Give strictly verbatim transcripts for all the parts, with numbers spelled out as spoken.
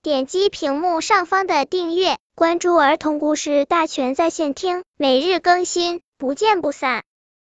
点击屏幕上方的订阅，关注儿童故事大全在线听，每日更新，不见不散。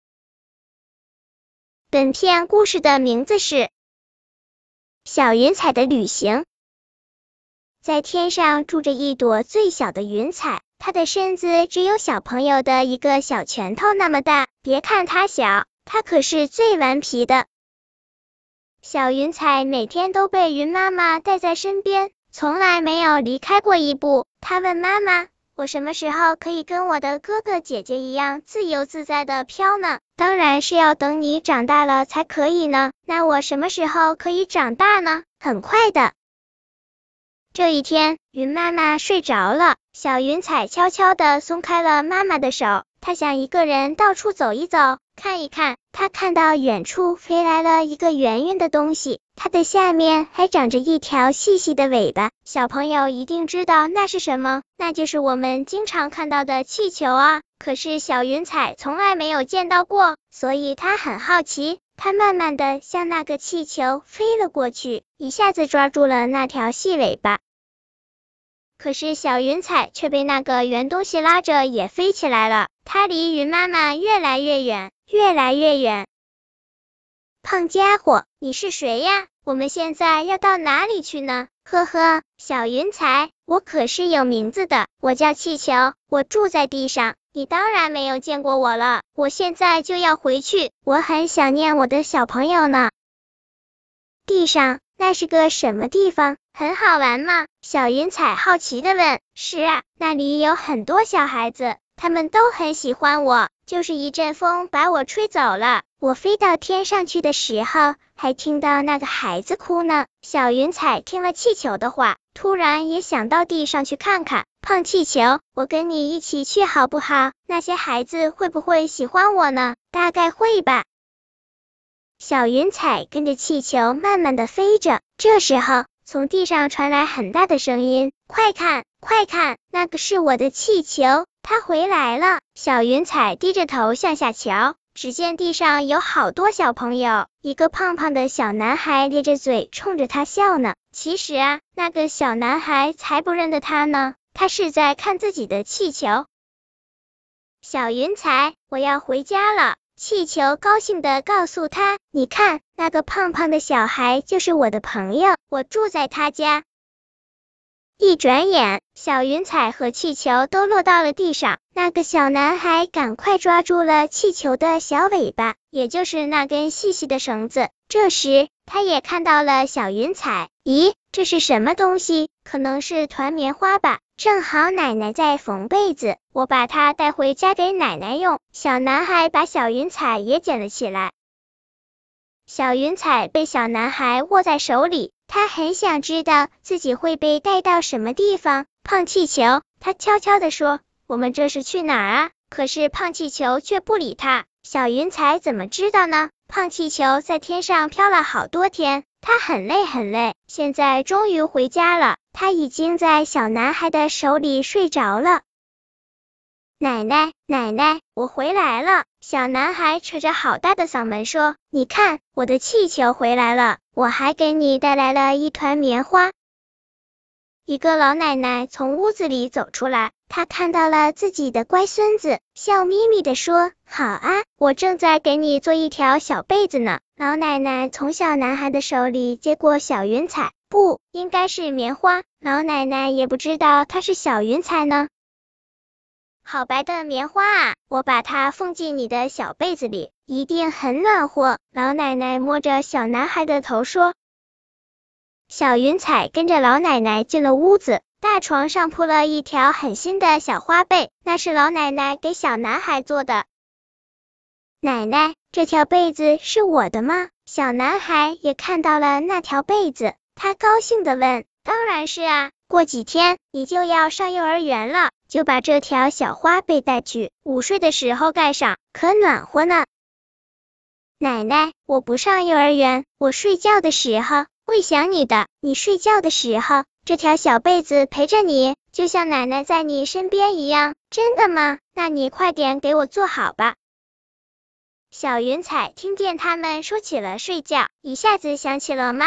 本片故事的名字是小云彩的旅行。在天上住着一朵最小的云彩，它的身子只有小朋友的一个小拳头那么大，别看它小，它可是最顽皮的。小云彩每天都被云妈妈带在身边，从来没有离开过一步。她问妈妈，我什么时候可以跟我的哥哥姐姐一样自由自在的飘呢？当然是要等你长大了才可以呢。那我什么时候可以长大呢？很快的。这一天，云妈妈睡着了，小云彩悄悄地松开了妈妈的手，她想一个人到处走一走，看一看。她看到远处飞来了一个圆圆的东西，它的下面还长着一条细细的尾巴。小朋友一定知道那是什么，那就是我们经常看到的气球啊。可是小云彩从来没有见到过，所以她很好奇。它慢慢的向那个气球飞了过去，一下子抓住了那条细尾巴。可是小云彩却被那个圆东西拉着也飞起来了，它离云妈妈越来越远，越来越远。胖家伙，你是谁呀？我们现在要到哪里去呢？呵呵，小云彩，我可是有名字的，我叫气球，我住在地上，你当然没有见过我了，我现在就要回去，我很想念我的小朋友呢。地上，那是个什么地方？很好玩吗？小云彩好奇地问。是啊，那里有很多小孩子，他们都很喜欢我，就是一阵风把我吹走了，我飞到天上去的时候，还听到那个孩子哭呢。小云彩听了气球的话，突然也想到地上去看看。胖气球，我跟你一起去好不好？那些孩子会不会喜欢我呢？大概会吧。小云彩跟着气球慢慢的飞着，这时候从地上传来很大的声音，快看快看，那个是我的气球，它回来了。小云彩低着头向下瞧，只见地上有好多小朋友，一个胖胖的小男孩咧着嘴冲着他笑呢。其实啊，那个小男孩才不认得他呢，他是在看自己的气球。小云彩，我要回家了。气球高兴地告诉他，你看，那个胖胖的小孩就是我的朋友，我住在他家。一转眼，小云彩和气球都落到了地上，那个小男孩赶快抓住了气球的小尾巴，也就是那根细细的绳子。这时，他也看到了小云彩，咦，这是什么东西？可能是团棉花吧。正好奶奶在缝被子，我把它带回家给奶奶用。小男孩把小云彩也捡了起来。小云彩被小男孩握在手里，他很想知道自己会被带到什么地方。胖气球，他悄悄地说，我们这是去哪儿啊？可是胖气球却不理他。小云彩怎么知道呢？胖气球在天上飘了好多天，他很累很累，现在终于回家了。他已经在小男孩的手里睡着了。奶奶，奶奶，我回来了！小男孩扯着好大的嗓门说，你看，我的气球回来了，我还给你带来了一团棉花。一个老奶奶从屋子里走出来，她看到了自己的乖孙子，笑眯眯地说，好啊，我正在给你做一条小被子呢。老奶奶从小男孩的手里接过小云彩，不，应该是棉花，老奶奶也不知道它是小云彩呢。好白的棉花啊，我把它放进你的小被子里，一定很暖和。老奶奶摸着小男孩的头说。小云彩跟着老奶奶进了屋子，大床上铺了一条很新的小花被，那是老奶奶给小男孩做的。奶奶，这条被子是我的吗？小男孩也看到了那条被子，他高兴地问，当然是啊，过几天你就要上幼儿园了，就把这条小花被带去，午睡的时候盖上，可暖和呢。奶奶，我不上幼儿园，我睡觉的时候会想你的，你睡觉的时候，这条小被子陪着你，就像奶奶在你身边一样。真的吗？那你快点给我做好吧。小云彩听见他们说起了睡觉，一下子想起了妈妈，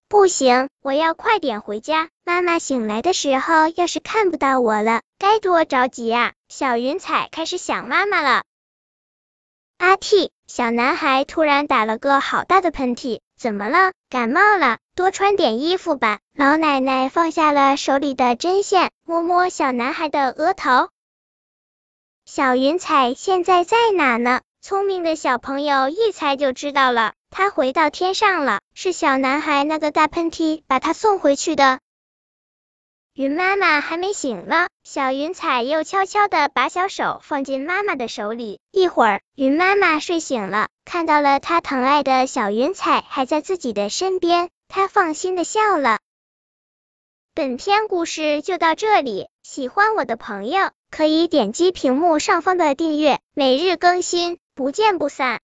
不行，我要快点回家，妈妈醒来的时候要是看不到我了，该多着急啊！小云彩开始想妈妈了。阿嚏！小男孩突然打了个好大的喷嚏，怎么了？感冒了？多穿点衣服吧。老奶奶放下了手里的针线，摸摸小男孩的额头。小云彩现在在哪呢？聪明的小朋友一猜就知道了，他回到天上了，是小男孩那个大喷嚏把他送回去的。云妈妈还没醒呢，小云彩又悄悄地把小手放进妈妈的手里。一会儿，云妈妈睡醒了，看到了她疼爱的小云彩还在自己的身边，她放心地笑了。本篇故事就到这里，喜欢我的朋友可以点击屏幕上方的订阅，每日更新，不见不散。